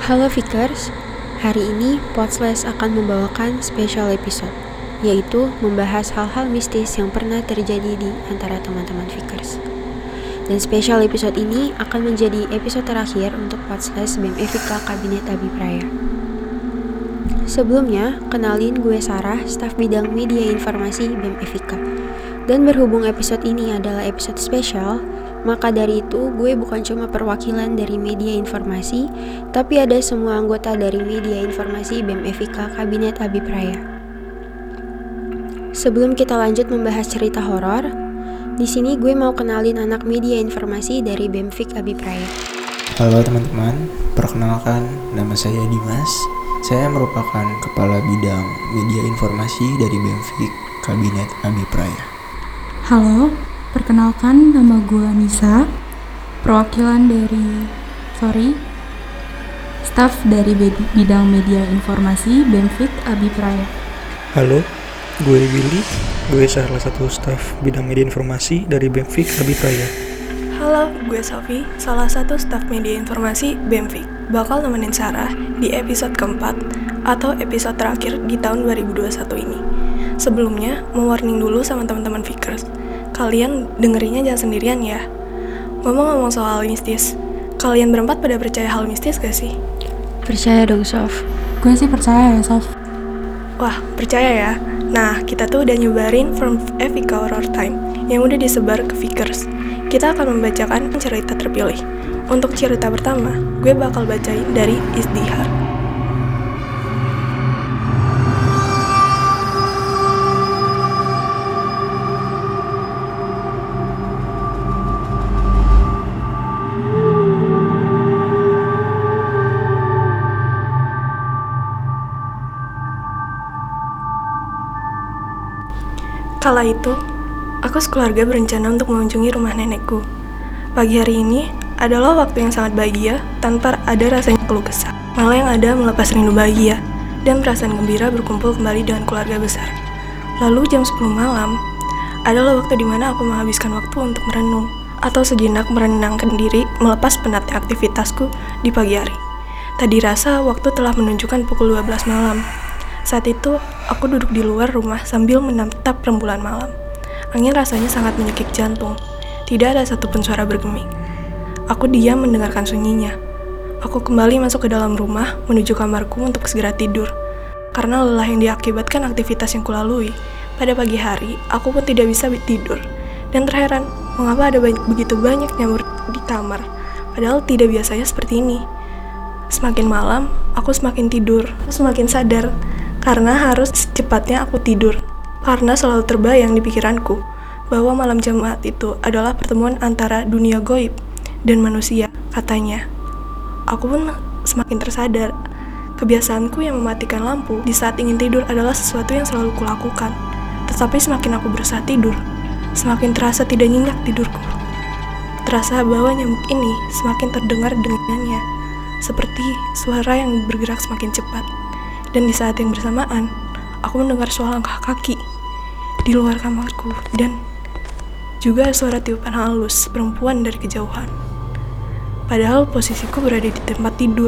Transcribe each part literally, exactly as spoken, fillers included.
Halo Vikers, hari ini Podslash akan membawakan special episode, yaitu membahas hal-hal mistis yang pernah terjadi di antara teman-teman Vikers. Dan special episode ini akan menjadi episode terakhir untuk Podslash B E M F I K A Kabinet Abipraya. Sebelumnya, kenalin gue Sarah, staf bidang media informasi B E M F I K A. Dan berhubung episode ini adalah episode spesial, maka dari itu gue bukan cuma perwakilan dari media informasi, tapi ada semua anggota dari media informasi B E M F I K A Kabinet Abipraya. Sebelum kita lanjut membahas cerita horor, di sini gue mau kenalin anak media informasi dari B E M F I K A Abipraya. Halo teman-teman, perkenalkan nama saya Dimas. Saya merupakan kepala bidang media informasi dari B E M F I K A Kabinet Abipraya. Halo, perkenalkan nama gue Nisa, perwakilan dari, sorry, staf dari bidang media informasi B E M F I K A Abipraya. Halo, gue Willy, gue salah satu staf bidang media informasi dari B E M F I K A Abipraya. Halo, gue Sofi, salah satu staf media informasi B E M F I K A. Bakal nemenin Sarah di episode keempat atau episode terakhir di tahun dua ribu dua puluh satu ini. Sebelumnya, mau warning dulu sama teman-teman Vikers. Kalian dengerinnya jangan sendirian ya. Ngomong-ngomong soal mistis, kalian berempat pada percaya hal mistis gak sih? Percaya dong Sof. Gue sih percaya ya, Sof. Wah, percaya ya? Nah, kita tuh udah nyebarin From F I K A Horror Time yang udah disebar ke Vikers. Kita akan membacakan cerita terpilih. Untuk cerita pertama, gue bakal bacain dari Isdihar. Kala itu, aku sekeluarga berencana untuk mengunjungi rumah nenekku. Pagi hari ini adalah waktu yang sangat bahagia tanpa ada rasanya keluh kesah. Malah yang ada melepas rindu bahagia dan perasaan gembira berkumpul kembali dengan keluarga besar. Lalu jam sepuluh malam adalah waktu di mana aku menghabiskan waktu untuk merenung atau sejenak menenangkan diri melepas penatnya aktivitasku di pagi hari. Tadi rasa waktu telah menunjukkan pukul dua belas malam. Saat itu, aku duduk di luar rumah sambil menatap rembulan malam. Angin rasanya sangat menyekik jantung. Tidak ada satupun suara bergeming. Aku diam mendengarkan sunyinya. Aku kembali masuk ke dalam rumah menuju kamarku untuk segera tidur. Karena lelah yang diakibatkan aktivitas yang kulalui, pada pagi hari aku pun tidak bisa tidur. Dan terheran, mengapa ada banyak, begitu banyak nyamuk di kamar, padahal tidak biasanya seperti ini. Semakin malam, aku semakin tidur, aku semakin sadar, karena harus secepatnya aku tidur. Karena selalu terbayang di pikiranku bahwa malam Jumat itu adalah pertemuan antara dunia gaib dan manusia, katanya. Aku pun semakin tersadar. Kebiasaanku yang mematikan lampu di saat ingin tidur adalah sesuatu yang selalu kulakukan. Tetapi semakin aku berusaha tidur, semakin terasa tidak nyenyak tidurku. Terasa bahwa nyamuk ini semakin terdengar dengannya, seperti suara yang bergerak semakin cepat. Dan di saat yang bersamaan, aku mendengar suara langkah kaki di luar kamarku dan juga suara tiupan halus perempuan dari kejauhan. Padahal posisiku berada di tempat tidur.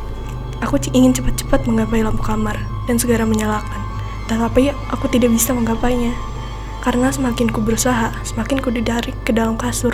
Aku ingin cepat-cepat menggapai lampu kamar dan segera menyalakan. Tetapi aku tidak bisa menggapainya. Karena semakin ku berusaha, semakin ku ditarik ke dalam kasur.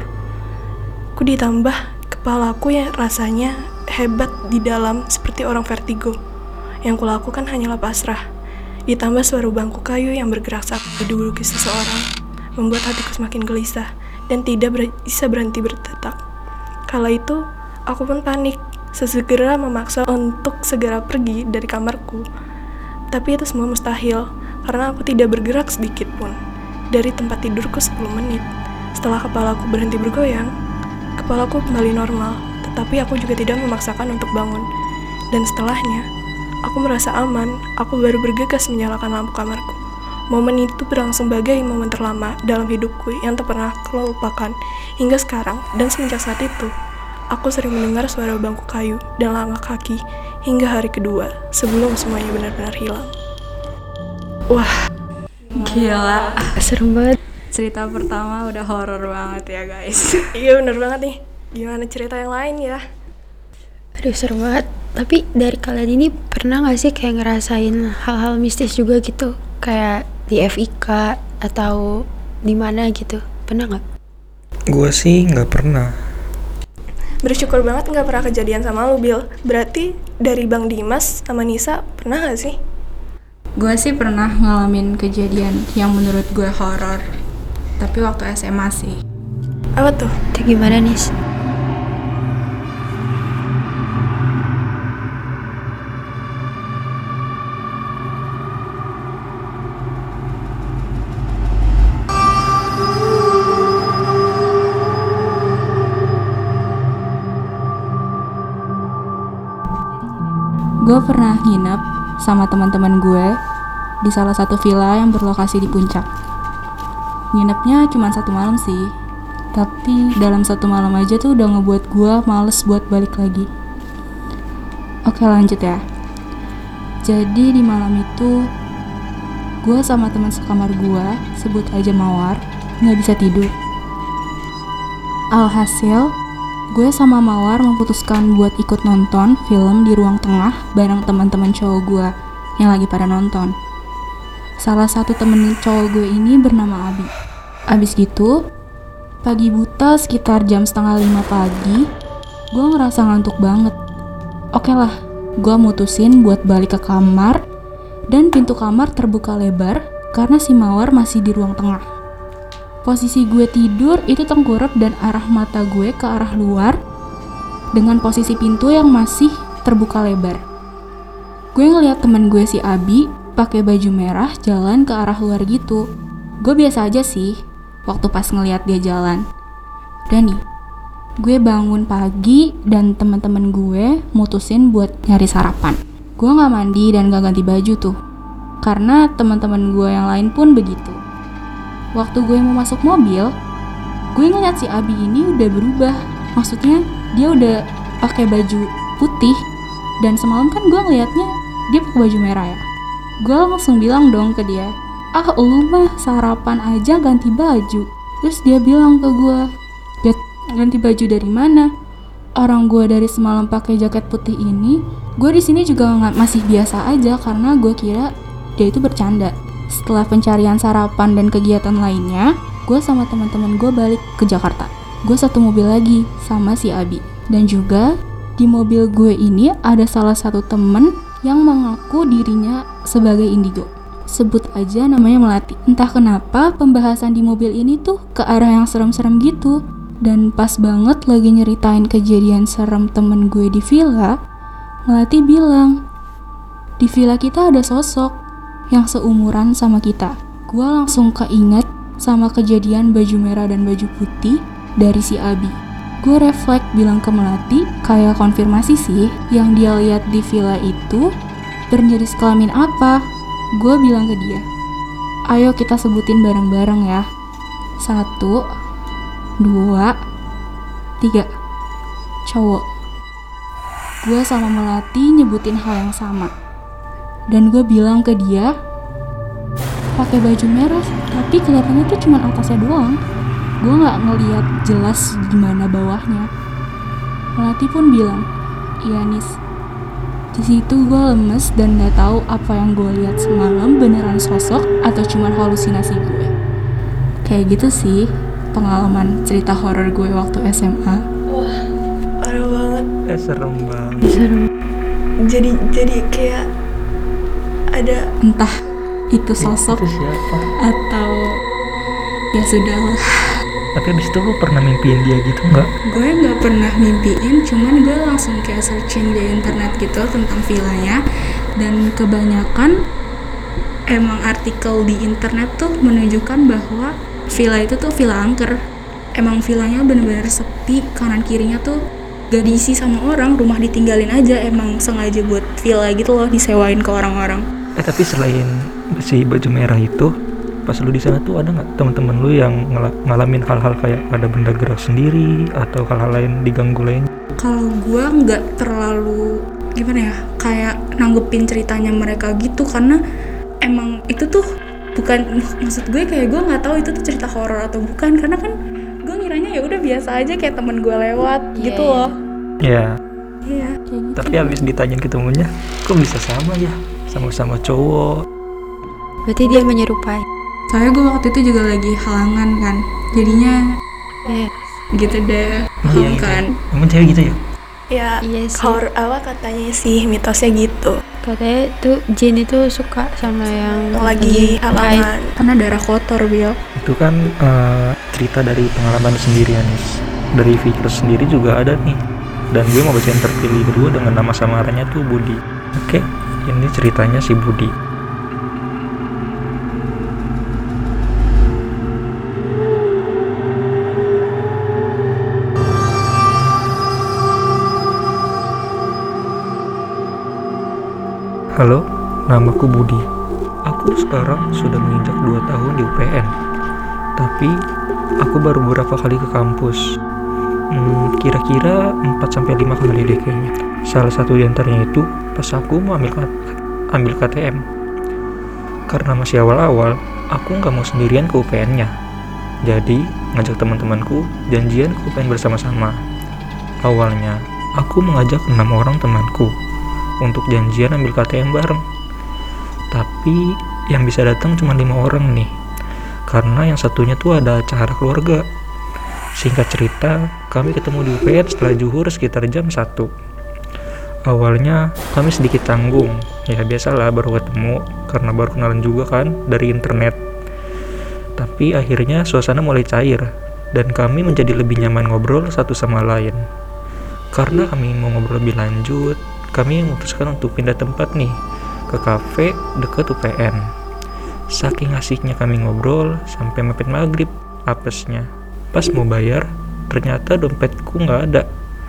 Ku ditambah kepalaku yang rasanya hebat di dalam seperti orang vertigo. Yang kulakukan hanyalah pasrah, ditambah suara bangku kayu yang bergerak saat diduduki seseorang, membuat hatiku semakin gelisah dan tidak ber- bisa berhenti berdetak. Kala itu, aku pun panik, sesegera memaksa untuk segera pergi dari kamarku. Tapi itu semua mustahil, karena aku tidak bergerak sedikit pun dari tempat tidurku sepuluh menit. Setelah kepalaku berhenti bergoyang, kepalaku kembali normal, tetapi aku juga tidak memaksakan untuk bangun. Dan setelahnya, aku merasa aman, aku baru bergegas menyalakan lampu kamarku. Momen itu berlangsung sebagai momen terlama dalam hidupku yang tak pernah aku lupakan hingga sekarang. Dan semenjak saat itu, aku sering mendengar suara bangku kayu dan langkah kaki hingga hari kedua sebelum semuanya benar-benar hilang. Wah, Gila, Serem banget. cerita pertama udah horor banget ya guys. iya benar banget nih. Gimana cerita yang lain ya? Aduh seru banget. Tapi dari kalian ini pernah gak sih kayak ngerasain hal-hal mistis juga gitu? Kayak di F I K atau di mana gitu? Pernah gak? Gua sih nggak pernah. Bersyukur banget nggak pernah kejadian sama lu, Bil. Berarti dari Bang Dimas sama Nisa pernah gak sih? Gue sih pernah ngalamin kejadian yang menurut gue horor, tapi waktu S M A sih. Apa tuh? Itu gimana Nis? Gue pernah nginep sama teman-teman gue di salah satu villa yang berlokasi di puncak. Nginepnya cuma satu malam sih, tapi dalam satu malam aja tuh udah ngebuat gue males buat balik lagi. Oke lanjut ya. Jadi di malam itu gue sama teman sekamar gue, sebut aja Mawar, nggak bisa tidur. Alhasil gue sama Mawar memutuskan buat ikut nonton film di ruang tengah bareng teman-teman cowok gue yang lagi pada nonton. Salah satu temen cowok gue ini bernama Abi. Abis gitu, pagi buta sekitar jam setengah lima pagi, gue ngerasa ngantuk banget. Oke lah, gue mutusin buat balik ke kamar dan pintu kamar terbuka lebar karena si Mawar masih di ruang tengah. Posisi gue tidur itu tengkurap dan arah mata gue ke arah luar dengan posisi pintu yang masih terbuka lebar. Gue ngeliat temen gue si Abi pakai baju merah jalan ke arah luar gitu. Gue biasa aja sih waktu pas ngeliat dia jalan. Dan nih, gue bangun pagi dan teman-teman gue mutusin buat nyari sarapan. Gue nggak mandi dan nggak ganti baju tuh, karena teman-teman gue yang lain pun begitu. Waktu gue mau masuk mobil, gue ngeliat si Abi ini udah berubah. Maksudnya dia udah pakai baju putih, dan semalam kan gue ngeliatnya dia pakai baju merah ya. Gue langsung bilang dong ke dia, ah lu mah sarapan aja ganti baju. Terus dia bilang ke gue, ganti baju dari mana? Orang gue dari semalam pakai jaket putih ini. Gue di sini juga nggak, masih biasa aja karena gue kira dia itu bercanda. Setelah pencarian sarapan dan kegiatan lainnya, gue sama teman-teman gue balik ke Jakarta. Gue satu mobil lagi sama si Abi. Dan juga di mobil gue ini ada salah satu temen yang mengaku dirinya sebagai indigo. Sebut aja namanya Melati. Entah kenapa pembahasan di mobil ini tuh ke arah yang serem-serem gitu. Dan pas banget lagi nyeritain kejadian serem temen gue di villa, Melati bilang, di villa kita ada sosok yang seumuran sama kita. Gue langsung keinget sama kejadian baju merah dan baju putih dari si Abi. Gue refleks bilang ke Melati, kayak konfirmasi sih yang dia lihat di villa itu berjenis kelamin apa. Gue bilang ke dia, ayo kita sebutin bareng-bareng ya. Satu, dua, tiga. Cowok. Gue sama Melati nyebutin hal yang sama. Dan gue bilang ke dia, pakai baju merah, tapi kelihatannya tuh cuma atasnya doang. Gue nggak ngeliat jelas gimana bawahnya. Melati pun bilang, iya Nis. Di situ gue lemes dan nggak tahu apa yang gue lihat semalam beneran sosok atau cuma halusinasi gue. Kayak gitu sih pengalaman cerita horor gue waktu S M A. Wah, parah banget. Eh serem banget. Seru. Jadi jadi kayak ada Entah itu sosok Itu siapa? atau ya sudahlah. Tapi abis itu lu pernah mimpiin dia gitu nggak? Gue nggak pernah mimpiin, cuman gue langsung kayak searching di internet gitu tentang villanya, dan kebanyakan emang artikel di internet tuh menunjukkan bahwa villa itu tuh villa angker. Emang villanya bener-bener sepi, kanan kirinya tuh gak diisi sama orang, rumah ditinggalin aja, emang sengaja buat villa gitu loh, disewain ke orang-orang. Eh tapi selain si baju merah itu, pas lu di sana tuh ada nggak teman-teman lu yang ngel- ngalamin hal-hal kayak ada benda gerak sendiri atau hal-hal lain diganggu lain? Kalau gue nggak terlalu gimana ya, kayak nanggepin ceritanya mereka gitu, karena emang itu tuh bukan, maksud gue kayak gue nggak tahu itu tuh cerita horor atau bukan, karena kan gue ngiranya ya udah biasa aja kayak temen gue lewat Yeah, gitu yeah. loh. Ya, Iya. Kayak gitu. Tapi habis ditanyain ketemunya, kok bisa sama ya? Sama-sama cowok. Berarti dia menyerupai. Soalnya gue waktu itu juga lagi halangan kan, jadinya Eh, gitu deh, Oh, iya, paham iya. kan? Emang cewek gitu ya? Ya, Iya sih. horor apa katanya sih mitosnya gitu. katanya tuh jin itu suka sama yang Lagi haid. halangan. Karena darah kotor, Bil. Itu kan eh, cerita dari pengalaman sendiri, Anis. Dari Vickers sendiri juga ada nih. Dan gue mau bacain terpilih kedua dengan nama samarannya tuh Budi. Oke, ini ceritanya si Budi. Halo, namaku Budi. Aku sekarang sudah menginjak dua tahun di U P N. Tapi aku baru beberapa kali ke kampus. Hmm, kira-kira empat sampai lima kali deh kayaknya. Salah satu di antaranya itu pas aku mau ambil K- ambil K T M. Karena masih awal-awal, aku nggak mau sendirian ke U P N-nya. Jadi, ngajak teman-temanku janjian ke U P N bersama-sama. Awalnya, aku mengajak enam orang temanku untuk janjian ambil K T M bareng. Tapi yang bisa datang cuma lima orang nih, karena yang satunya tuh ada acara keluarga. Singkat cerita, kami ketemu di U P N setelah zuhur sekitar jam satu. Awalnya kami sedikit tanggung, ya biasalah baru ketemu karena baru kenalan juga kan dari internet. Tapi akhirnya suasana mulai cair dan kami menjadi lebih nyaman ngobrol satu sama lain. Karena kami mau ngobrol lebih lanjut, kami memutuskan untuk pindah tempat nih ke kafe dekat U P N. Saking asiknya kami ngobrol sampai mepet maghrib apesnya. Pas mau bayar, ternyata dompetku nggak ada.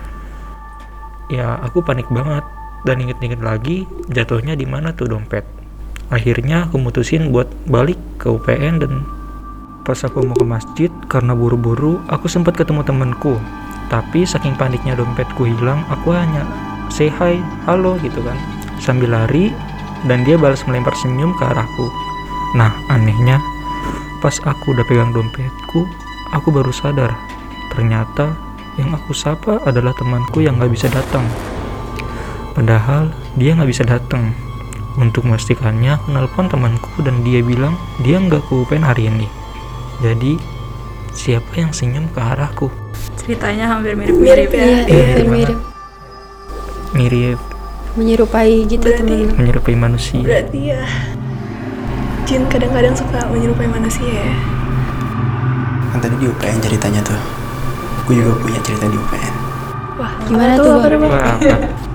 Ya aku panik banget dan inget-inget lagi jatuhnya di mana tuh dompet. Akhirnya aku mutusin buat balik ke U P N dan pas aku mau ke masjid karena buru-buru aku sempat ketemu temanku. Tapi saking paniknya dompetku hilang, aku hanya say hi, halo gitu kan, sambil lari, dan dia balas melempar senyum ke arahku. Nah anehnya, pas aku udah pegang dompetku, aku baru sadar ternyata yang aku sapa adalah temanku yang gak bisa datang. Padahal dia gak bisa datang. Untuk memastikannya, aku nelpon temanku dan dia bilang dia gak ke U P N hari ini. Jadi siapa yang senyum ke arahku? Ceritanya hampir mirip-mirip ya. Iya, Iya, mirip-mirip. Mirip Menyerupai gitu Berarti- teman. menyerupai manusia. Berarti ya jin kadang-kadang suka menyerupai manusia ya. Kan tadi di U P N ceritanya tuh. Gue juga punya cerita di U P N. Wah, Gimana apa tuh, apa Bang? Bang? Wah, apa?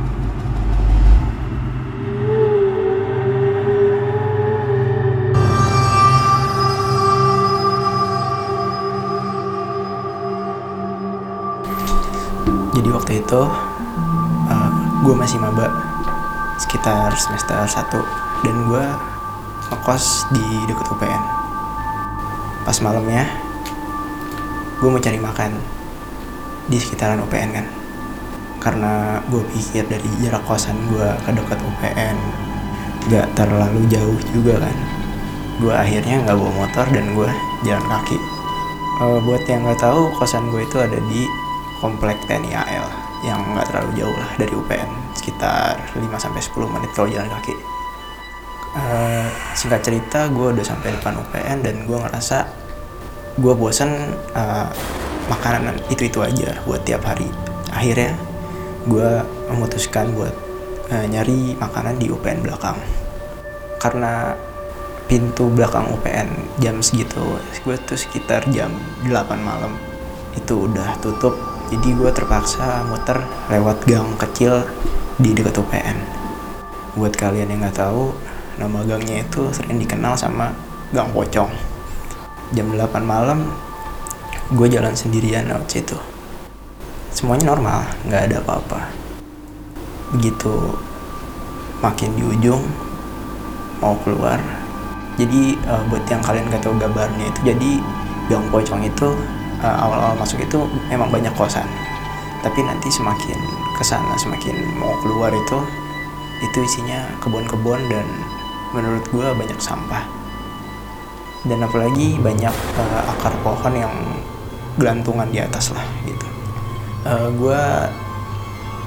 Jadi waktu itu uh, gue masih maba sekitar semester satu dan gue ngekos di dekat U P N. Pas malamnya gue mau cari makan di sekitaran U P N kan, karena gue pikir dari jarak kosan gue ke dekat U P N gak terlalu jauh juga kan. Gue akhirnya nggak bawa motor dan gue jalan kaki. Uh, buat yang nggak tahu, kosan gue itu ada di komplek T N I A L yang nggak terlalu jauh lah dari U P N, sekitar lima sampai sepuluh menit kalau jalan kaki. Uh, singkat cerita, gue udah sampai depan U P N dan gue ngerasa gue bosan uh, makanan itu-itu aja buat tiap hari. Akhirnya gue memutuskan buat uh, nyari makanan di U P N belakang. Karena pintu belakang U P N jam segitu, gue tuh sekitar jam delapan malam itu udah tutup. Jadi gue terpaksa muter lewat gang kecil di dekat U P N. Buat kalian yang nggak tahu, nama gangnya itu sering dikenal sama Gang Pocong. Jam delapan malam, gue jalan sendirian lewat situ. Semuanya normal, nggak ada apa-apa. Begitu makin di ujung, mau keluar. Jadi uh, buat yang kalian nggak tahu gambarnya itu, jadi Gang Pocong itu uh, awal-awal masuk itu memang banyak kosan. Tapi nanti semakin kesana, semakin mau keluar itu, itu isinya kebun-kebun dan menurut gue banyak sampah. Dan apalagi banyak uh, akar pohon yang gelantungan di atas lah gitu. Uh, gue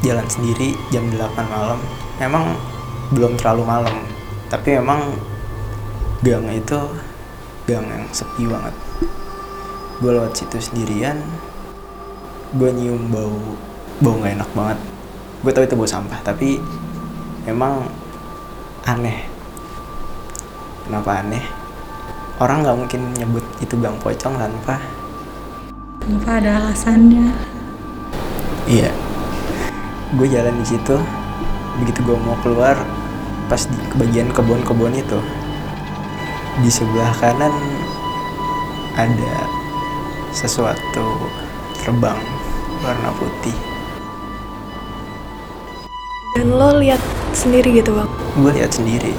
jalan sendiri jam delapan malam. Memang belum terlalu malam, tapi memang gang itu gang yang sepi banget. Gue lewat situ sendirian, gue nyium bau bau nggak enak banget. Gue tahu itu bau sampah, tapi memang aneh. Kenapa aneh? Orang nggak mungkin nyebut itu gang pocong tanpa tanpa ada alasannya. Iya, gue jalan di situ. Begitu gue mau keluar, pas di bagian kebun-kebun itu, di sebelah kanan ada sesuatu terbang warna putih. Dan lo lihat sendiri gitu bang? Gue lihat sendiri.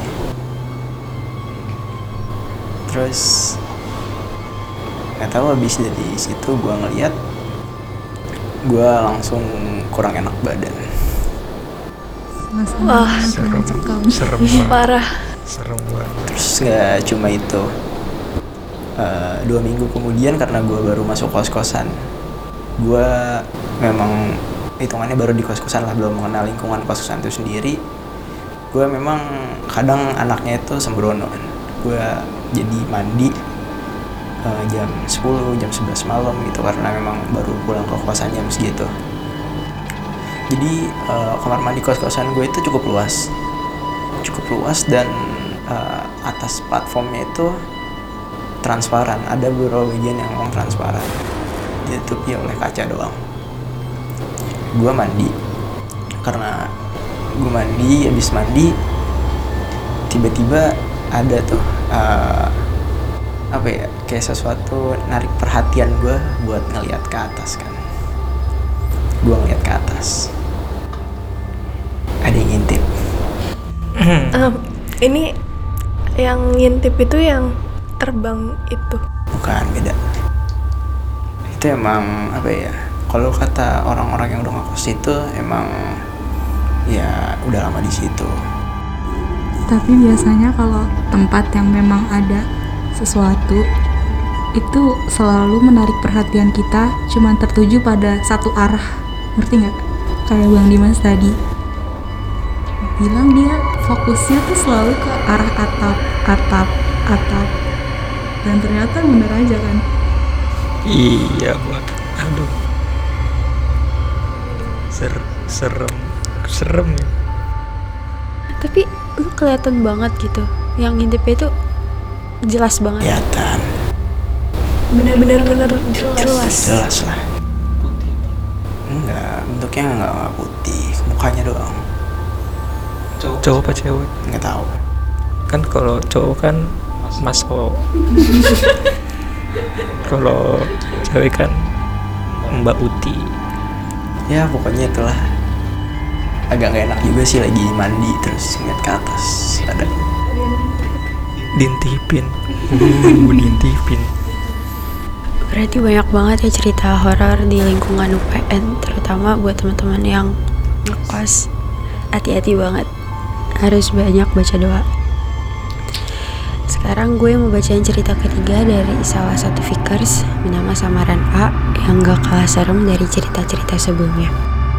Terus nggak tahu, habis dari situ gue ngeliat, gue langsung kurang enak badan. Wah, serem serem banget. Parah. Serem banget. Terus nggak cuma itu, uh, dua minggu kemudian karena gue baru masuk kos-kosan, gue memang hitungannya baru di kos-kosan lah, belum mengenal lingkungan kos-kosan itu sendiri. Gue memang kadang anaknya itu sembrono. Gue jadi mandi uh, jam sepuluh, jam sebelas malam gitu, karena memang baru pulang ke kosan jam segitu. Jadi uh, kamar mandi kos-kosan gue itu cukup luas, cukup luas dan uh, atas platformnya itu transparan. Ada beberapa bagian yang memang transparan, ditutupi oleh kaca doang. Gue mandi, karena gue mandi, habis mandi tiba-tiba ada tuh uh, apa ya, kayak sesuatu narik perhatian gue buat ngelihat ke atas kan. Gue ngeliat ke atas, ada yang ngintip. Um, ini yang ngintip itu yang terbang itu? Bukan, beda. Itu emang apa ya, kalau kata orang-orang yang udah ngekos itu emang ya udah lama di situ. Tapi biasanya kalau tempat yang memang ada sesuatu itu selalu menarik perhatian kita, cuma tertuju pada satu arah. Ngerti nggak? Kayak Bang Dimas tadi bilang, dia fokusnya tuh selalu ke arah atap, atap, atap. Dan ternyata bener aja kan? Iya bang, aduh, ser serem serem ya. Tapi lu kelihatan banget gitu, yang ngintipnya itu jelas banget. Kelihatan. Bener-bener bener jelas. Jelas lah. Enggak, bentuknya enggak putih, mukanya doang. Cowok apa cewek? Nggak tahu. Kan kalau cowok kan Mas O. Kalau cewek kan Mbak Uti. Ya pokoknya itulah. Agak nggak enak juga sih, lagi mandi terus ngeliat ke atas ada. Diintipin. Uh, diintipin. Berarti banyak banget ya cerita horor di lingkungan U P N, terutama buat teman-teman yang ngekos. Hati-hati banget, harus banyak baca doa. Sekarang gue mau bacain cerita ketiga dari salah satu Fikers bernama samaran A, yang gak kalah serem dari cerita-cerita sebelumnya.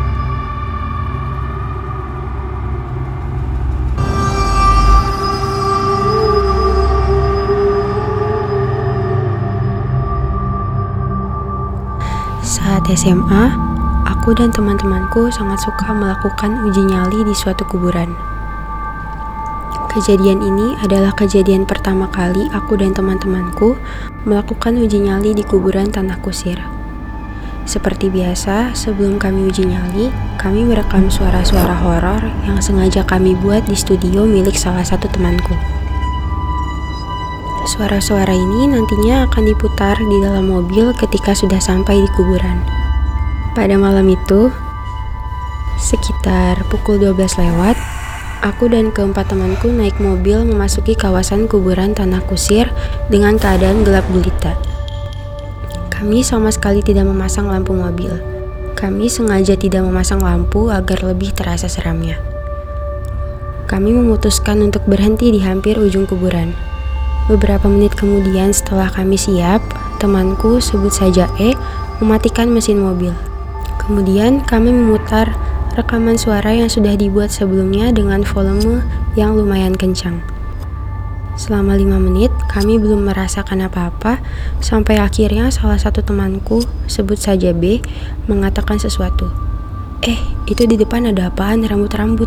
Saat S M A, aku dan teman-temanku sangat suka melakukan uji nyali di suatu kuburan. Kejadian ini adalah kejadian pertama kali aku dan teman-temanku melakukan uji nyali di kuburan Tanah Kusir. Seperti biasa, sebelum kami uji nyali, kami merekam suara-suara horor yang sengaja kami buat di studio milik salah satu temanku. Suara-suara ini nantinya akan diputar di dalam mobil ketika sudah sampai di kuburan. Pada malam itu, sekitar pukul dua belas lewat, aku dan keempat temanku naik mobil memasuki kawasan kuburan Tanah Kusir dengan keadaan gelap gulita. Kami sama sekali tidak memasang lampu mobil. Kami sengaja tidak memasang lampu agar lebih terasa seramnya. Kami memutuskan untuk berhenti di hampir ujung kuburan. Beberapa menit kemudian setelah kami siap, temanku, sebut saja E, mematikan mesin mobil. Kemudian kami memutar rekaman suara yang sudah dibuat sebelumnya dengan volume yang lumayan kencang. Selama lima menit, kami belum merasakan apa-apa, sampai akhirnya salah satu temanku, sebut saja B, mengatakan sesuatu. Eh, itu di depan ada apaan rambut-rambut?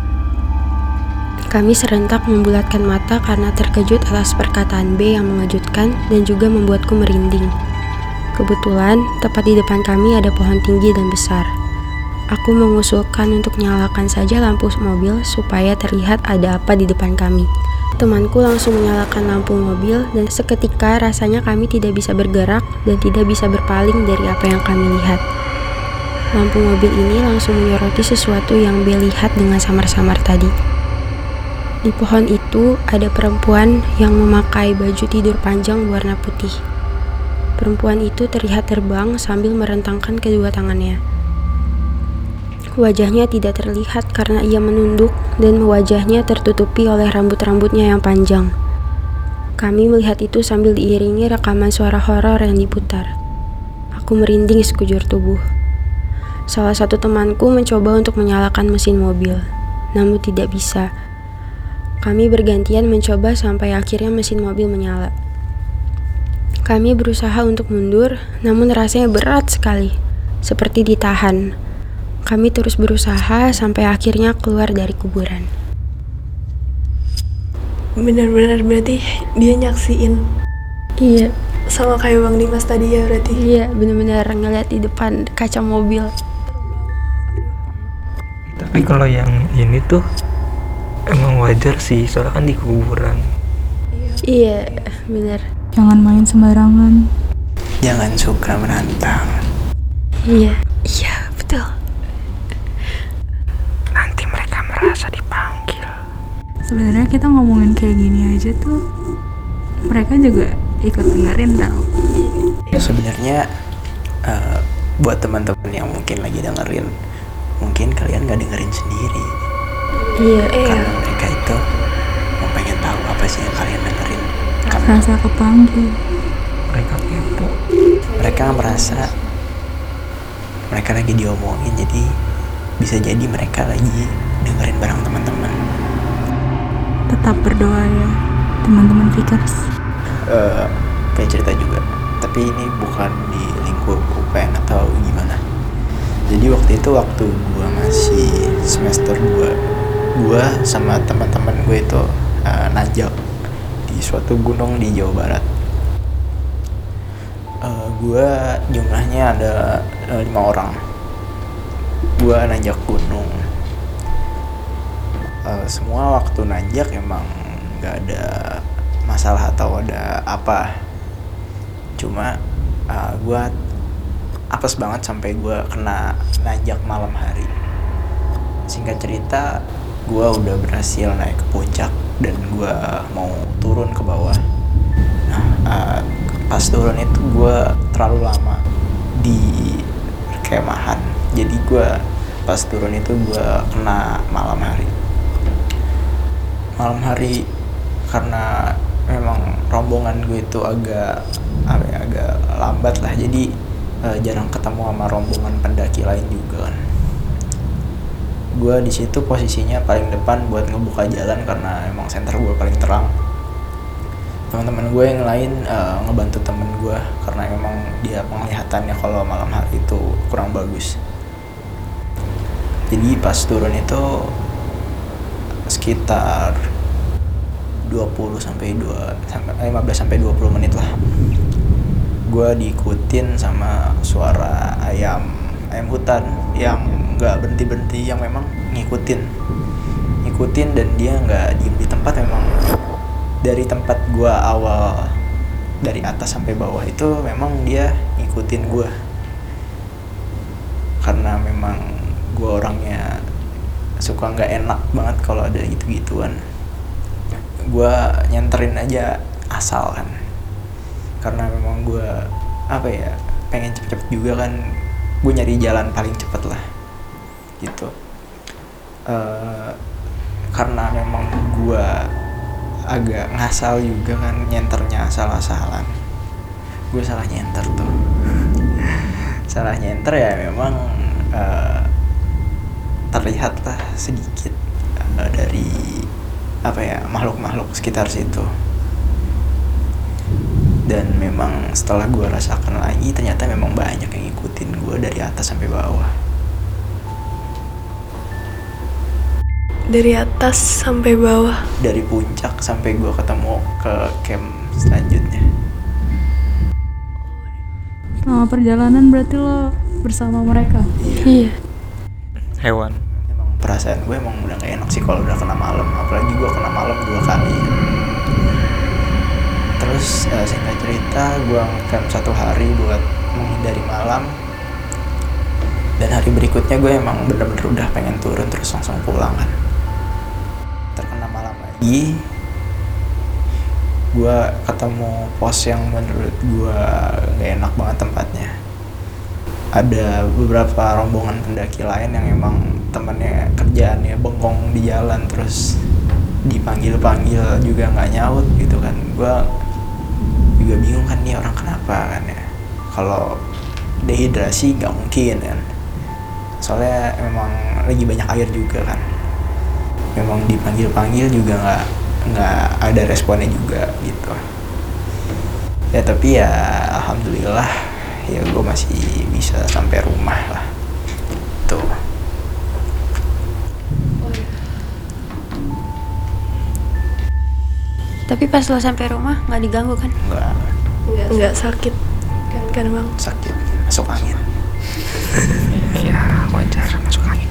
Kami serentak membulatkan mata karena terkejut atas perkataan B yang mengejutkan dan juga membuatku merinding. Kebetulan, tepat di depan kami ada pohon tinggi dan besar. Aku mengusulkan untuk nyalakan saja lampu mobil supaya terlihat ada apa di depan kami. Temanku langsung menyalakan lampu mobil dan seketika rasanya kami tidak bisa bergerak dan tidak bisa berpaling dari apa yang kami lihat. Lampu mobil ini langsung menyoroti sesuatu yang B lihat dengan samar-samar tadi. Di pohon itu ada perempuan yang memakai baju tidur panjang berwarna putih. Perempuan itu terlihat terbang sambil merentangkan kedua tangannya. Wajahnya tidak terlihat karena ia menunduk dan wajahnya tertutupi oleh rambut-rambutnya yang panjang. Kami melihat itu sambil diiringi rekaman suara horor yang diputar. Aku merinding sekujur tubuh. Salah satu temanku mencoba untuk menyalakan mesin mobil, namun tidak bisa. Kami bergantian mencoba sampai akhirnya mesin mobil menyala. Kami berusaha untuk mundur, namun rasanya berat sekali, seperti ditahan. Kami terus berusaha sampai akhirnya keluar dari kuburan. Benar-benar berarti dia nyaksiin. Iya. Sama kayak Bang Dimas tadi ya berarti. Iya, benar-benar ngeliat di depan kaca mobil. Tapi kalau yang ini tuh emang wajar sih, soalnya kan di kuburan. Iya, benar. Jangan main sembarangan. Jangan suka menantang. Iya. Iya, betul. Nanti mereka merasa dipanggil. Sebenarnya kita ngomongin kayak gini aja tuh mereka juga ikut dengerin tau. Sebenarnya uh, buat teman-teman yang mungkin lagi dengerin, mungkin kalian gak dengerin sendiri. Iya, Karena mereka itu mau pengen tahu apa sih yang kalian dengerin. Karena Rasa kepanggil. Mereka kepo. mereka merasa mereka lagi diomongin, jadi bisa jadi mereka lagi dengerin bareng teman-teman. Tetap berdoa ya teman-teman Fikers. Uh, pengen cerita juga, tapi ini bukan di lingkup U P N atau gimana. Jadi waktu itu waktu gue masih semester dua, gue sama teman-teman gue itu uh, nanjak di suatu gunung di Jawa Barat. Uh, gue jumlahnya ada uh, lima orang. Gue nanjak gunung. Uh, semua waktu nanjak emang nggak ada masalah atau ada apa. Cuma uh, gue apes banget sampai gue kena nanjak malam hari. Singkat cerita, gue udah berhasil naik ke puncak dan gue mau turun ke bawah. Nah, uh, pas turun itu gue terlalu lama di kemahan. Jadi gue pas turun itu gue kena malam hari. Malam hari karena memang rombongan gue itu agak apa ya, agak lambat lah. Jadi uh, jarang ketemu sama rombongan pendaki lain juga kan. Gue di situ posisinya paling depan buat ngebuka jalan karena emang center gue paling terang. Teman-teman gue yang lain uh, ngebantu temen gue karena emang dia penglihatannya kalau malam hari itu kurang bagus. Jadi pas turun itu sekitar dua puluh sampai lima belas sampai dua puluh menit lah. Gue diikutin sama suara ayam ayam hutan yang nggak berhenti-berhenti, yang memang ngikutin ngikutin dan dia nggak diem di tempat. Memang dari tempat gue awal dari atas sampai bawah itu memang dia ngikutin gue karena memang gue orangnya suka nggak enak banget kalau ada gitu-gituan. Gue nyenterin aja asal kan, karena memang gue apa ya, pengen cepet-cepet juga kan. Gue nyari jalan paling cepet lah gitu. Uh, karena memang gue agak ngasal juga kan, nyenternya asal-asalan. Gue salah nyenter tuh salah nyenter ya memang. uh, terlihatlah sedikit uh, dari apa ya makhluk-makhluk sekitar situ. Dan memang setelah gue rasakan lagi, ternyata memang banyak yang ngikutin gue dari atas sampai bawah. Dari atas sampai bawah. Dari puncak sampai gue ketemu ke camp selanjutnya. Selama perjalanan berarti lo bersama mereka? Iya. Hewan. Emang perasaan gue emang udah gak enak sih kalau udah kena malam, apalagi gue kena malam dua kali. Terus uh, singkat cerita, gue ngecamp satu hari buat menghindari malam. Dan hari berikutnya gue emang bener-bener udah pengen turun terus langsung pulang kan. Terkena malam lagi, gue ketemu pos yang menurut gue gak enak banget tempatnya. Ada beberapa rombongan pendaki lain yang emang temennya kerjaannya bengong di jalan, terus dipanggil-panggil juga nggak nyaut gitu kan. Gue juga bingung kan, nih orang kenapa kan ya. Kalau dehidrasi nggak mungkin kan, soalnya memang lagi banyak air juga kan. Memang dipanggil-panggil juga nggak nggak ada responnya juga gitu. Ya tapi ya alhamdulillah ya gue masih bisa sampai rumah lah tuh. Tapi pas lo sampai rumah nggak diganggu kan? Nggak Nggak sakit kan, kan bang? sakit, masuk angin. Ya wajar, masuk angin.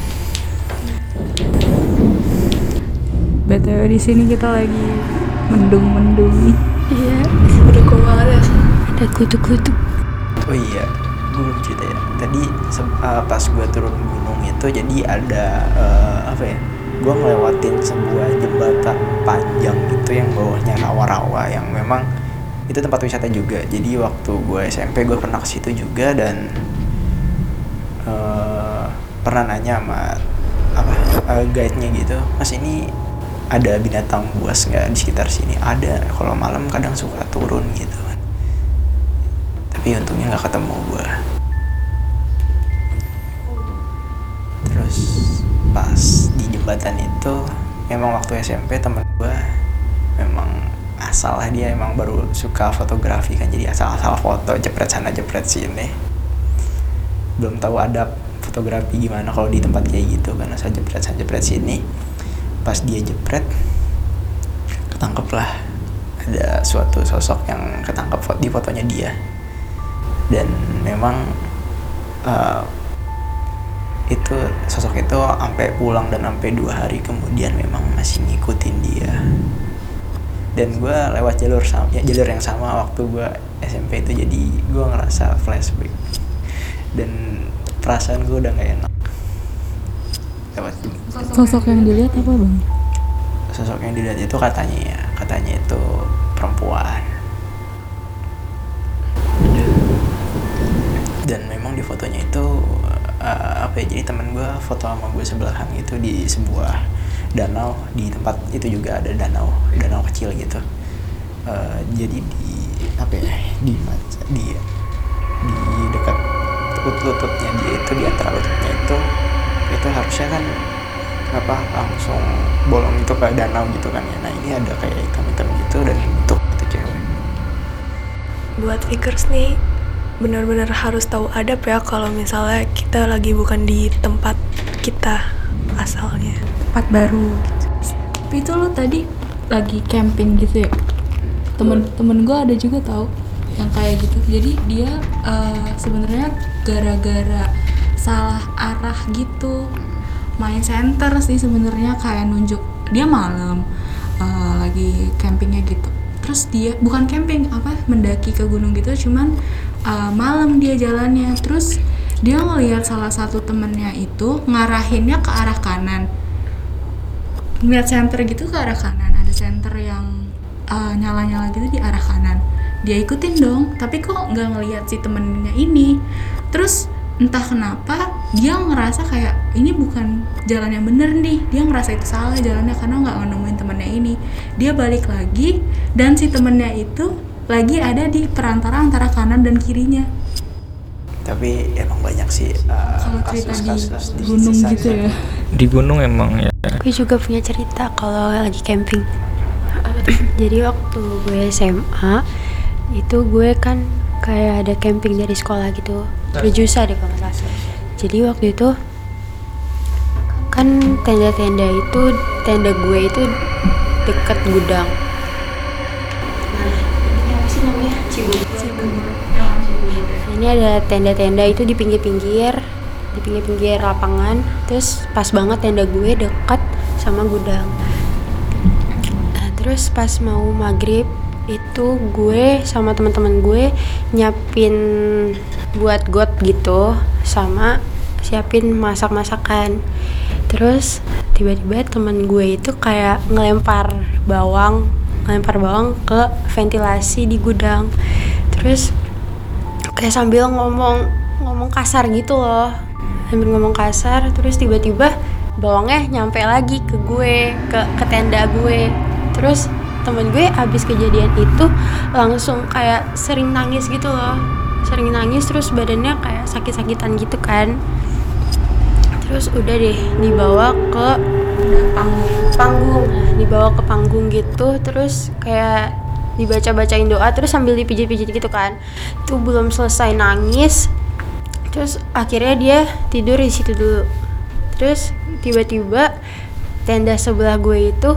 B T W di sini kita lagi mendung-mendung. Iya. Mendukung banget ya. Ada kutu-kutu. Oh iya, gue belum cerita ya. Tadi se- uh, pas gue turun gunung itu jadi ada uh, apa ya? Gue ngelewatin sebuah jembatan panjang gitu yang bawahnya rawa-rawa, yang memang itu tempat wisata juga. Jadi waktu gue S M P gue pernah ke situ juga dan uh, pernah nanya sama apa uh, guide-nya gitu, Mas ini ada binatang buas nggak di sekitar sini? Ada, kalau malam kadang suka turun gitu kan. Tapi untungnya nggak ketemu gue. Terus pas di jembatan itu memang waktu S M P temen gue memang asal lah, dia emang baru suka fotografi kan, jadi asal-asal foto, jepret sana jepret sini. Belum tahu adab fotografi gimana kalau di tempat kayak gitu kan, asal jepret sana jepret sini. Pas dia jepret, ketangkep lah ada suatu sosok yang ketangkep di fotonya dia. Dan memang uh, itu sosok itu sampai pulang dan sampai dua hari kemudian memang masih ngikutin dia. Dan gue lewat jalur sama, ya, jalur yang sama waktu gue S M P itu, jadi gue ngerasa flashback dan perasaan gue udah gak enak. Lewat Sosok yang dilihat apa bang? sosok yang dilihat itu katanya ya, katanya itu perempuan. Dan memang di fotonya itu uh, apa ya, jadi temen gue foto sama gue sebelahan gitu di sebuah danau. Di tempat itu juga ada danau, danau kecil gitu. Uh, jadi di apa ya, di di di dekat lututnya dia itu, di antara lututnya itu itu harusnya kan apa langsung bolong itu ke danau gitu kan ya. Nah ini ada kayak hitam-hitam gitu dan bentuk itu cewek. Buat Fikers nih, benar-benar harus tahu adab ya kalau misalnya kita lagi bukan di tempat kita asalnya. Tempat baru gitu. Tapi itu lo tadi lagi camping gitu ya? Temen-temen gue ada juga tahu yang kayak gitu. Jadi dia uh, sebenarnya gara-gara salah arah gitu, main center sih sebenarnya, kayak nunjuk dia malam uh, lagi campingnya gitu. Terus dia bukan camping, apa mendaki ke gunung gitu, cuman uh, malam dia jalannya. Terus dia ngelihat salah satu temennya itu ngarahinnya ke arah kanan, ngeliat center gitu ke arah kanan. Ada center yang uh, nyala-nyala gitu di arah kanan. Dia ikutin dong, tapi kok nggak ngelihat si temennya ini. Terus entah kenapa dia ngerasa kayak ini bukan jalan yang bener nih. Dia ngerasa itu salah jalannya karena nggak nemuin temennya ini. Dia balik lagi dan si temennya itu lagi ada di perantara antara kanan dan kirinya. Tapi emang banyak sih uh, Kalau cerita di kasus-kasus di gunung sisa gitu ya. Di gunung emang ya. Gue juga punya cerita kalau lagi camping. Jadi waktu gue S M A itu gue kan kayak ada camping dari sekolah gitu, berjusa deh kalau nggak salah. Jadi waktu itu kan tenda-tenda itu, tenda gue itu deket gudang. Nah, ini apa sih namanya? Cibubur. Ini ada tenda-tenda itu di pinggir-pinggir, di pinggir-pinggir lapangan. Terus pas banget tenda gue dekat sama gudang. Nah, terus pas mau maghrib itu gue sama teman-teman gue nyiapin buat got gitu, sama siapin masak-masakan. Terus tiba-tiba teman gue itu kayak ngelempar bawang, ngelempar bawang ke ventilasi di gudang. Terus kayak sambil ngomong ngomong kasar gitu loh, sambil ngomong kasar. Terus tiba-tiba bawangnya nyampe lagi ke gue, ke ke tenda gue. Terus temen gue abis kejadian itu langsung kayak sering nangis gitu loh, sering nangis terus badannya kayak sakit-sakitan gitu kan. Terus udah deh dibawa ke panggung, panggung, nah, dibawa ke panggung gitu. Terus kayak dibaca-bacain doa terus sambil dipijit-pijit gitu kan. Tuh belum selesai nangis, terus akhirnya dia tidur di situ dulu. Terus tiba-tiba tenda sebelah gue itu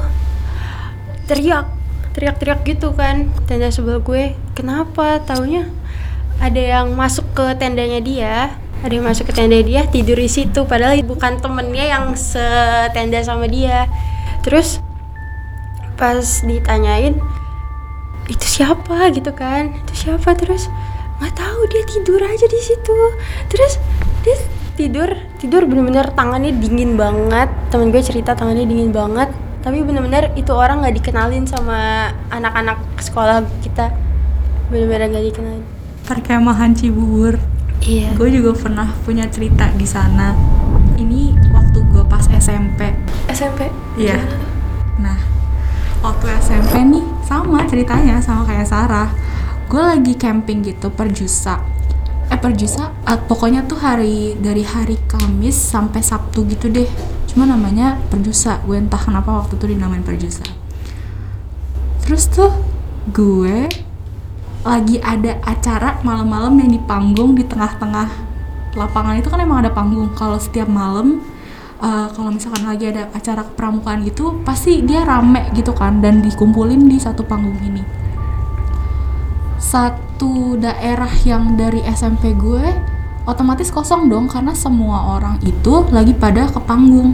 teriak teriak-teriak gitu kan. Tenda sebelah gue kenapa, taunya ada yang masuk ke tendanya dia, ada yang masuk ke tenda dia, tidur di situ padahal bukan temennya yang setenda sama dia. Terus pas ditanyain itu siapa gitu kan, itu siapa, terus nggak tahu, dia tidur aja di situ. Terus dia tidur tidur bener-bener tangannya dingin banget. Temen gue cerita tangannya dingin banget, tapi bener-bener itu orang nggak dikenalin sama anak-anak sekolah kita, bener-bener nggak dikenalin. Perkemahan Cibubur. Iya. Gue juga pernah punya cerita di sana. Ini waktu gue pas S M P. S M P? Iya. Nah, waktu S M P nih sama ceritanya sama kayak Sarah. Gue lagi camping gitu perjusa. Eh perjusa, eh, pokoknya tuh hari dari hari Kamis sampai Sabtu gitu deh. Cuma namanya perjusa. Gue entah kenapa waktu itu dinamain perjusa. Terus tuh gue lagi ada acara malam-malam yang di panggung di tengah-tengah lapangan itu kan emang ada panggung. Kalau setiap malam uh, kalau misalkan lagi ada acara pramukaan gitu pasti dia rame gitu kan, dan dikumpulin di satu panggung ini. Satu daerah yang dari S M P gue otomatis kosong dong karena semua orang itu lagi pada ke panggung.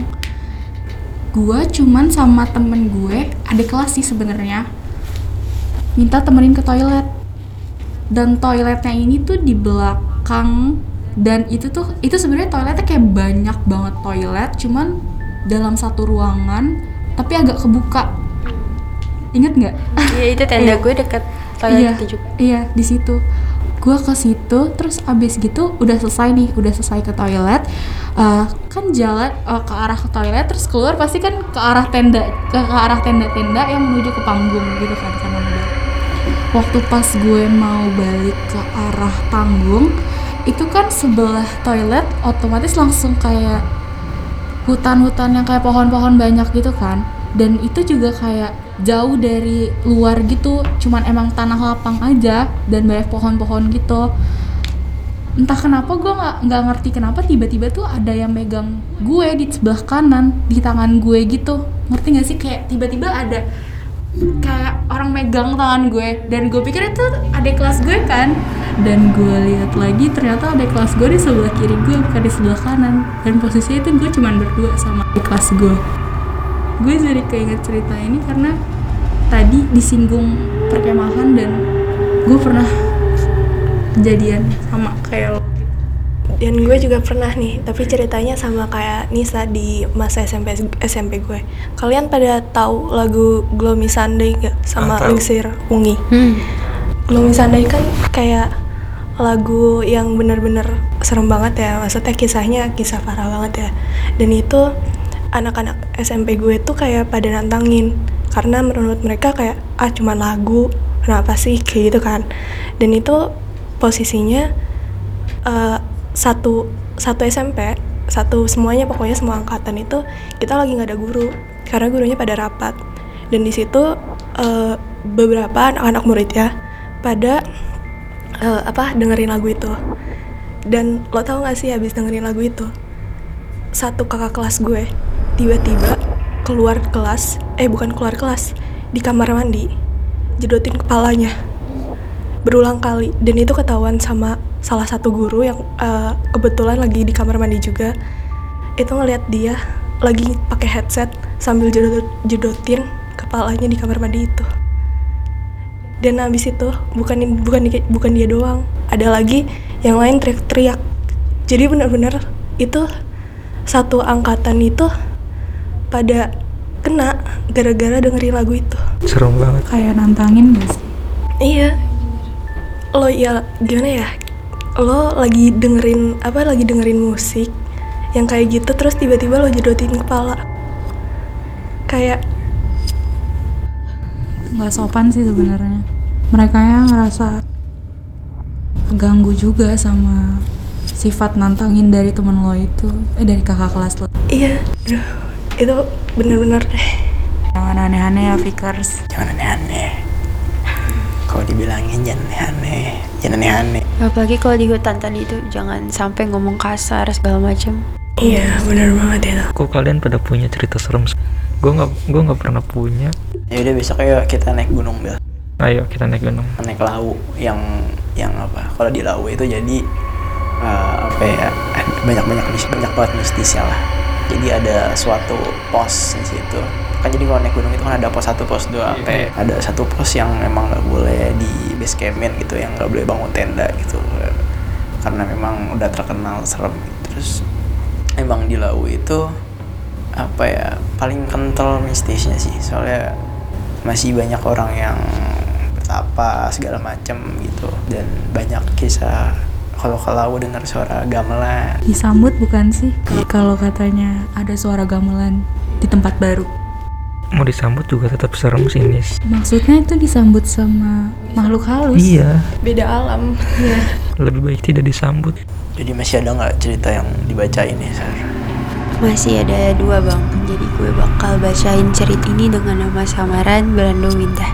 Gue cuman sama temen gue, adik kelas sih sebenarnya, minta temenin ke toilet. Dan toiletnya ini tuh di belakang, dan itu tuh itu sebenarnya toiletnya kayak banyak banget toilet, cuman dalam satu ruangan tapi agak kebuka. Ingat nggak? Iya, itu tenda gue deket toilet iya, itu juga. Iya, di situ. Gue ke situ, terus abis gitu udah selesai nih, udah selesai ke toilet. Uh, kan jalan uh, ke arah ke toilet, terus keluar pasti kan ke arah tenda, ke, ke arah tenda-tenda yang menuju ke panggung gitu kan, sama udah. Waktu pas gue mau balik ke arah panggung, itu kan sebelah toilet otomatis langsung kayak hutan-hutan yang kayak pohon-pohon banyak gitu kan. Dan itu juga kayak jauh dari luar gitu, cuman emang tanah lapang aja dan banyak pohon-pohon gitu. Entah kenapa gue nggak nggak ngerti kenapa tiba-tiba tuh ada yang megang gue di sebelah kanan, di tangan gue gitu. Ngerti nggak sih, kayak tiba-tiba ada kayak orang megang tangan gue, dan gue pikir itu adik kelas gue kan. Dan gue lihat lagi ternyata adik kelas gue di sebelah kiri gue, bukan di sebelah kanan. Dan posisinya itu gue cuman berdua sama adik kelas gue. Gue jadi keinget cerita ini karena tadi disinggung perkemahan, dan gue pernah kejadian sama kayak lo. Dan gue juga pernah nih, tapi ceritanya sama kayak Nisa di masa S M P S M P gue. Kalian pada tahu lagu Gloomy Sunday gak? Sama Ah, tahu. Lingsir Ungi. Hmm. Gloomy Sunday kan kayak lagu yang bener-bener serem banget ya. Maksudnya kisahnya kisah parah banget ya. Dan itu anak-anak S M P gue tuh kayak pada nantangin, karena menurut mereka kayak ah cuman lagu, kenapa sih kayak gitu kan. Dan itu posisinya uh, satu satu S M P, satu semuanya pokoknya semua angkatan itu kita lagi nggak ada guru karena gurunya pada rapat. Dan di situ uh, beberapa anak-anak murid ya pada uh, apa dengerin lagu itu. Dan lo tau gak sih habis dengerin lagu itu, satu kakak kelas gue tiba-tiba keluar kelas, eh bukan keluar kelas, di kamar mandi jedotin kepalanya berulang kali. Dan itu ketahuan sama salah satu guru yang uh, kebetulan lagi di kamar mandi juga. Itu ngeliat dia lagi pakai headset sambil jedot- jedotin kepalanya di kamar mandi itu. Dan habis itu bukan bukan bukan dia doang, ada lagi yang lain teriak-teriak. Jadi benar-benar itu satu angkatan itu pada kena gara-gara dengerin lagu itu. Serem banget. Kayak nantangin gak sih? Iya. Lo ya gimana ya? Lo lagi dengerin apa? Lagi dengerin musik yang kayak gitu terus tiba-tiba lo jedotin kepala. Kayak Nggak sopan sih sebenarnya. Mereka yang ngerasa keganggu juga sama sifat nantangin dari temen lo itu, eh dari kakak kelas lo. iya, aduh, itu bener-bener deh. Jangan aneh-aneh ya, Fikers. Jangan aneh-aneh. Kalau dibilangin jangan aneh-aneh, jangan aneh-aneh. Apalagi kalau di hutan tadi itu jangan sampai ngomong kasar segala macam. Iya, bener banget itu. Kok kalian pada punya cerita serem? Gue nggak, gue nggak pernah punya. Ya udah besok ayo kita naik gunung, Bel. Ayo kita naik gunung. Naik Lawu yang yang apa? Kalau di Lawu itu jadi uh, apa ya? Banyak-banyak mis- banyak banget mistisnya lah. Jadi ada suatu pos di situ. Kan jadi kalau naik gunung itu kan ada pos satu, pos dua, sampai ada satu pos yang memang nggak boleh di base campin gitu, yang nggak boleh bangun tenda gitu. Karena memang udah terkenal serem. Terus emang di Lawu itu apa ya? Paling kental mistisnya sih. Soalnya masih banyak orang yang bertapa segala macam gitu, dan banyak kisah kalau ke Lawu dengar suara gamelan. Disambut bukan sih kalau katanya ada suara gamelan di tempat baru? Mau disambut juga tetap serem sih, Nis. Maksudnya itu disambut sama makhluk halus? Iya. Beda alam. Iya. Lebih baik tidak disambut. Jadi masih ada nggak cerita yang dibacain ya, Sar? Masih ada dua bang, jadi gue bakal bacain cerit ini dengan nama samaran Brando Winda.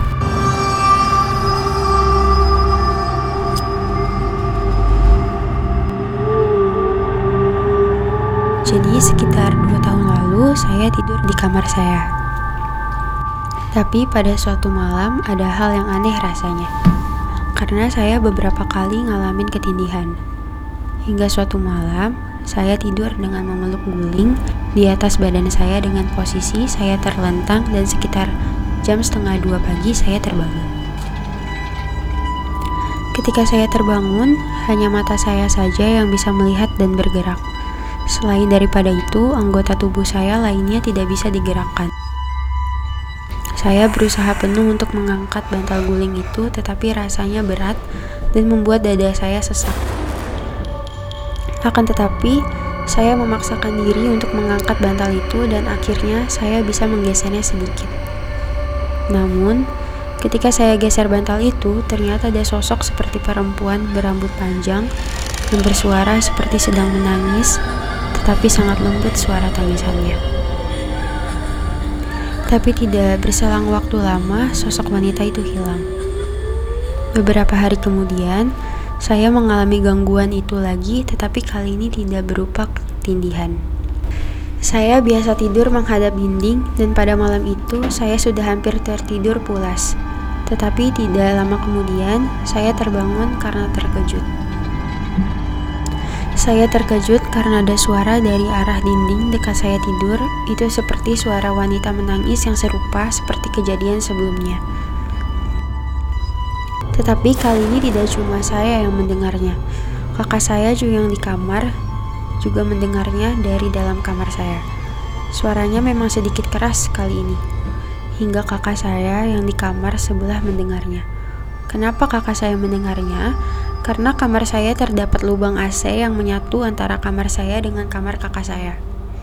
Jadi sekitar dua tahun lalu saya tidur di kamar saya. Tapi pada suatu malam ada hal yang aneh rasanya. Karena saya beberapa kali ngalamin ketindihan. Hingga suatu malam saya tidur dengan memeluk guling di atas badan saya dengan posisi saya terlentang, dan sekitar jam setengah dua pagi saya terbangun. Ketika saya terbangun, hanya mata saya saja yang bisa melihat dan bergerak. Selain daripada itu, anggota tubuh saya lainnya tidak bisa digerakkan. Saya berusaha penuh untuk mengangkat bantal guling itu, tetapi rasanya berat dan membuat dada saya sesak. Akan tetapi, saya memaksakan diri untuk mengangkat bantal itu dan akhirnya saya bisa menggesernya sedikit. Namun, ketika saya geser bantal itu, ternyata ada sosok seperti perempuan berambut panjang yang bersuara seperti sedang menangis, tetapi sangat lembut suara tangisannya. Tapi tidak berselang waktu lama, sosok wanita itu hilang. Beberapa hari kemudian, saya mengalami gangguan itu lagi, tetapi kali ini tidak berupa ketindihan. Saya biasa tidur menghadap dinding, dan pada malam itu saya sudah hampir tertidur pulas. Tetapi tidak lama kemudian, saya terbangun karena terkejut. Saya terkejut karena ada suara dari arah dinding dekat saya tidur. Itu seperti suara wanita menangis yang serupa seperti kejadian sebelumnya. Tetapi kali ini tidak cuma saya yang mendengarnya. Kakak saya juga yang di kamar juga mendengarnya dari dalam kamar saya. Suaranya memang sedikit keras kali ini, hingga kakak saya yang di kamar sebelah mendengarnya. Kenapa kakak saya mendengarnya? Karena kamar saya terdapat lubang A C yang menyatu antara kamar saya dengan kamar kakak saya.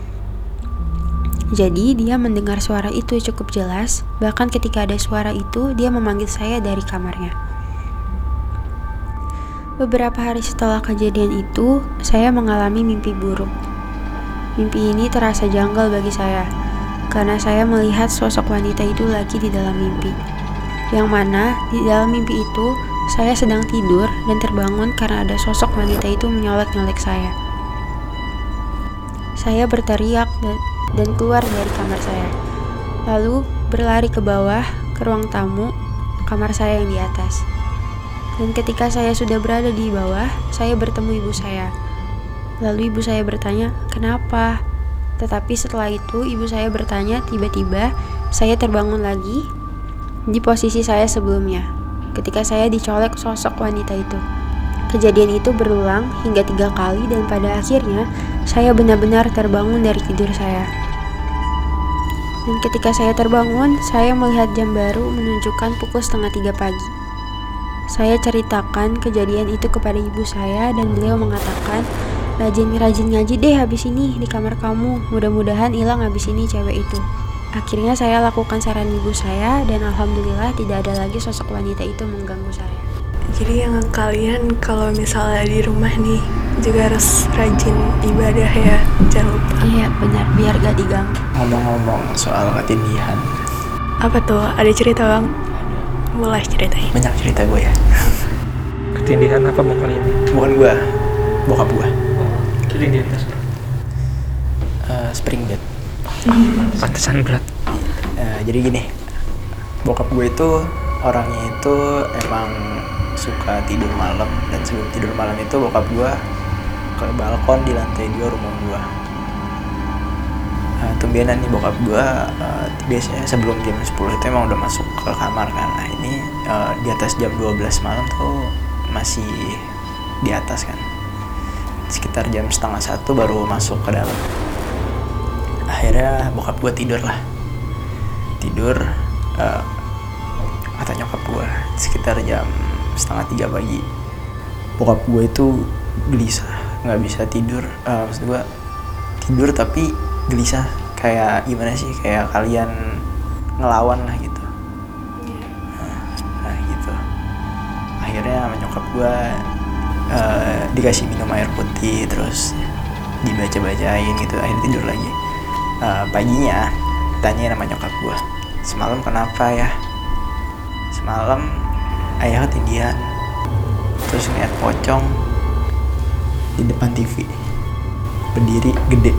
Jadi dia mendengar suara itu cukup jelas. Bahkan ketika ada suara itu, dia memanggil saya dari kamarnya. Beberapa hari setelah kejadian itu, saya mengalami mimpi buruk. Mimpi ini terasa janggal bagi saya, karena saya melihat sosok wanita itu lagi di dalam mimpi. Yang mana di dalam mimpi itu, saya sedang tidur dan terbangun karena ada sosok wanita itu menyolek-nyolek saya. Saya berteriak dan, dan keluar dari kamar saya. Lalu berlari ke bawah, ke ruang tamu, kamar saya yang di atas. Dan ketika saya sudah berada di bawah, saya bertemu ibu saya. Lalu ibu saya bertanya, "Kenapa?" Tetapi setelah itu ibu saya bertanya, tiba-tiba saya terbangun lagi di posisi saya sebelumnya, ketika saya dicolek sosok wanita itu. Kejadian itu berulang hingga tiga kali dan pada akhirnya saya benar-benar terbangun dari tidur saya. Dan ketika saya terbangun, saya melihat jam baru menunjukkan pukul setengah tiga pagi. Saya ceritakan kejadian itu kepada ibu saya dan beliau mengatakan, "Rajin-rajin ngaji deh habis ini di kamar kamu, mudah-mudahan hilang habis ini cewek itu." Akhirnya saya lakukan saran ibu saya dan alhamdulillah tidak ada lagi sosok wanita itu mengganggu saya. Jadi yang kalian kalau misalnya di rumah nih juga harus rajin ibadah ya, jangan lupa. Iya benar, biar gak diganggu. Ngomong-ngomong soal ketindihan, Apa tuh? Ada cerita bang? Mulai ceritain. banyak cerita gue ya. Ketindihan apa bang kali ini? Bukan gue, bokap gue. Ketindihan Uh, spring bed. pantesan berat. Uh, jadi gini, bokap gue itu orangnya itu emang suka tidur malam, dan sebelum tidur malam itu bokap gue ke balkon di lantai dua rumah gue. Uh, tumbenan nih bokap gue uh, biasanya sebelum jam sepuluh itu emang udah masuk ke kamar kan. Nah ini uh, di atas jam dua belas malam tuh masih di atas kan. Sekitar jam setengah satu baru masuk ke dalam. Akhirnya bokap gue tidur lah. Tidur uh, kata nyokap gue sekitar jam setengah tiga pagi. Bokap gue itu gelisah, nggak bisa tidur. Uh, maksud gue tidur tapi gelisah, kayak gimana sih, kayak kalian ngelawan lah gitu. Nah, nah gitu. Akhirnya sama nyokap gue uh, dikasih minum air putih, terus dibaca-bacain gitu. Akhirnya tidur lagi. Uh, paginya tanyain sama nyokap gue, "Semalam kenapa ya?" Semalam ayah ketindihan, terus ngeliat pocong di depan T V, berdiri gede.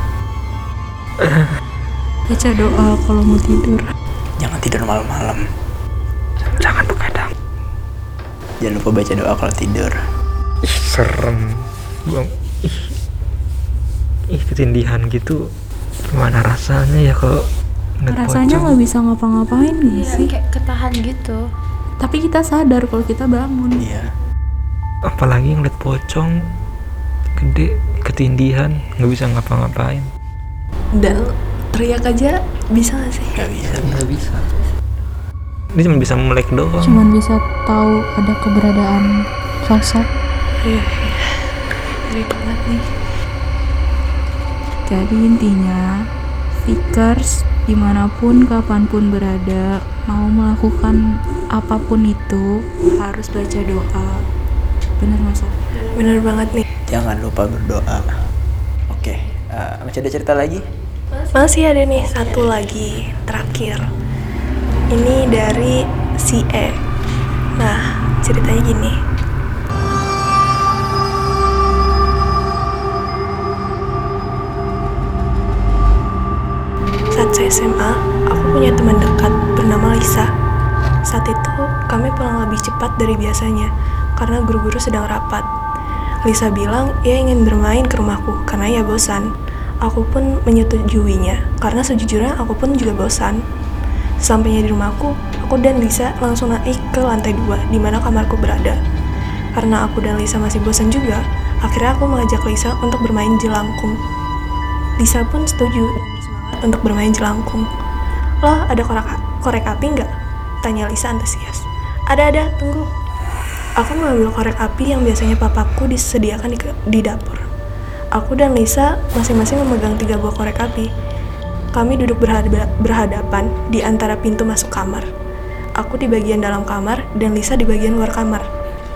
Baca doa kalau mau tidur. Jangan tidur malam-malam. Jangan begadang. Jangan lupa baca doa kalau tidur. Ih serem bang. Ih, ih ketindihan gitu gimana rasanya ya kalau ngeliat Rasanya pocong? nggak bisa ngapa-ngapain gak sih? Kayak ketahan gitu. Tapi kita sadar kalau kita bangun. Iya. Apalagi ngeliat pocong gede ketindihan nggak bisa ngapa-ngapain. Dan teriak aja bisa gak sih? Gak bisa. Nggak bisa. Dia cuma bisa melek doang. Cuman bisa tahu ada keberadaan sosok. Iya, ngeri banget nih. Jadi intinya, Fikers dimanapun kapanpun berada, mau melakukan apapun itu harus baca doa. Bener Mas? Bener banget nih. Jangan lupa berdoa. Oke, uh, masih ada cerita lagi? Masih ada nih satu lagi terakhir. Ini dari si E. Nah, ceritanya gini. Saat saya S M A, aku punya teman dekat bernama Lisa. Saat itu, kami pulang lebih cepat dari biasanya karena guru-guru sedang rapat. Lisa bilang ia ingin bermain ke rumahku karena ia bosan. Aku pun menyetujuinya karena sejujurnya aku pun juga bosan. Sampainya di rumahku, aku dan Lisa langsung naik ke lantai dua di mana kamarku berada. Karena aku dan Lisa masih bosan juga, akhirnya aku mengajak Lisa untuk bermain jelangkung. Lisa pun setuju dan bersemangat untuk bermain jelangkung. "Loh, ada korek, korek api nggak?" tanya Lisa antusias. "Ada-ada, tunggu." Aku mengambil korek api yang biasanya papaku disediakan di, di dapur. Aku dan Lisa masing-masing memegang tiga buah korek api. Kami duduk berhadap, berhadapan di antara pintu masuk kamar. Aku di bagian dalam kamar dan Lisa di bagian luar kamar.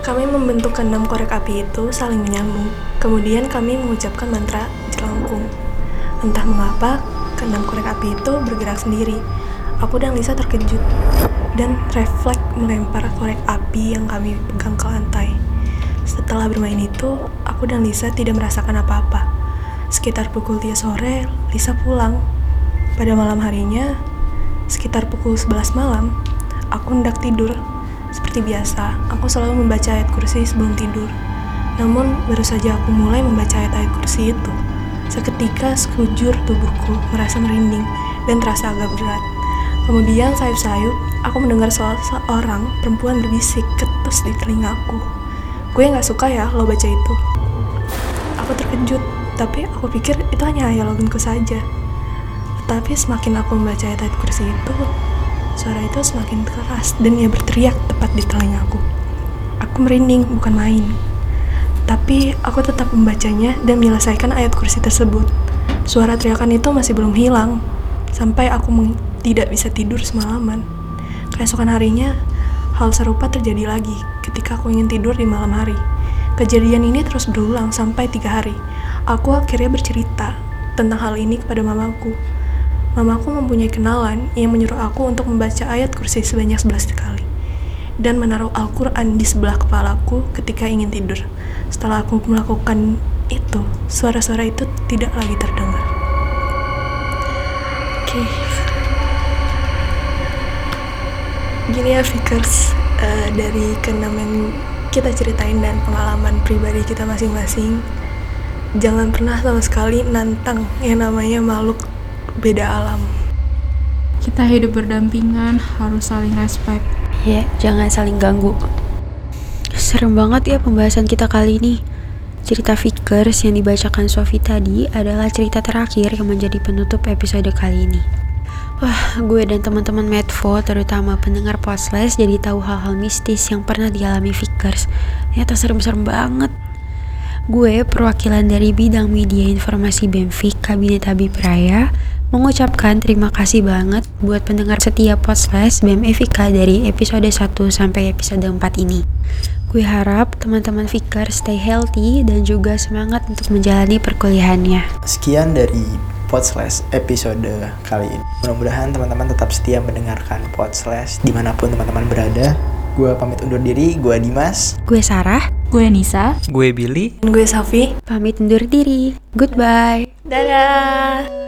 Kami membentuk keenam korek api itu saling menyambung. Kemudian kami mengucapkan mantra jelangkung. Entah mengapa, keenam korek api itu bergerak sendiri. Aku dan Lisa terkejut dan refleks melempar korek api yang kami pegang ke lantai. Setelah bermain itu, aku dan Lisa tidak merasakan apa-apa. Sekitar pukul tiga sore, Lisa pulang. Pada malam harinya, sekitar pukul sebelas malam, aku hendak tidur. Seperti biasa, aku selalu membaca ayat kursi sebelum tidur. Namun, baru saja aku mulai membaca ayat-ayat kursi itu, seketika sekujur tubuhku merasa merinding dan terasa agak berat. Kemudian sayup-sayup, aku mendengar suara seorang perempuan berbisik ketus di telingaku. Gue gak suka ya lo baca itu. Aku terkejut, tapi aku pikir itu hanya hayalku saja. Tetapi semakin aku membaca ayat-ayat kursi itu, suara itu semakin keras dan ia berteriak tepat di telingaku. Aku merinding, bukan main. Tapi aku tetap membacanya dan menyelesaikan ayat kursi tersebut. Suara teriakan itu masih belum hilang, sampai aku meng- tidak bisa tidur semalaman. Keesokan harinya, hal serupa terjadi lagi ketika aku ingin tidur di malam hari. Kejadian ini terus berulang sampai tiga hari. Aku akhirnya bercerita tentang hal ini kepada mamaku. Mamaku mempunyai kenalan yang menyuruh aku untuk membaca ayat kursi sebanyak sebelas kali dan menaruh Al-Quran di sebelah kepalaku ketika ingin tidur. Setelah aku melakukan itu, suara-suara itu tidak lagi terdengar. Oke. Okay. Gini ya Fikers, uh, dari keenam yang kita ceritain dan pengalaman pribadi kita masing-masing, jangan pernah sama sekali nantang yang namanya makhluk beda alam. Kita hidup berdampingan, harus saling respect. Ya, jangan saling ganggu. Serem banget ya pembahasan kita kali ini. Cerita Fikers yang dibacakan Sofi tadi adalah cerita terakhir yang menjadi penutup episode kali ini. Wah, gue dan teman-teman Medfo, terutama pendengar Podcast, jadi tahu hal-hal mistis yang pernah dialami Fikers. Ternyata serem-serem banget. Gue, perwakilan dari bidang media informasi BEMFIK Kabinet Habib Raya, mengucapkan terima kasih banget buat pendengar setia Podcast B E M E F I K A dari episode satu sampai episode empat ini. Gue harap teman-teman Fikers stay healthy dan juga semangat untuk menjalani perkuliahannya. Sekian dari Podcast episode kali ini. Mudah-mudahan teman-teman tetap setia mendengarkan Podcast dimanapun teman-teman berada. Gue pamit undur diri, gue Dimas. Gue Sarah. Gue Nisa. Gue Billy. Gue Safi. Pamit undur diri. Goodbye. Dadah.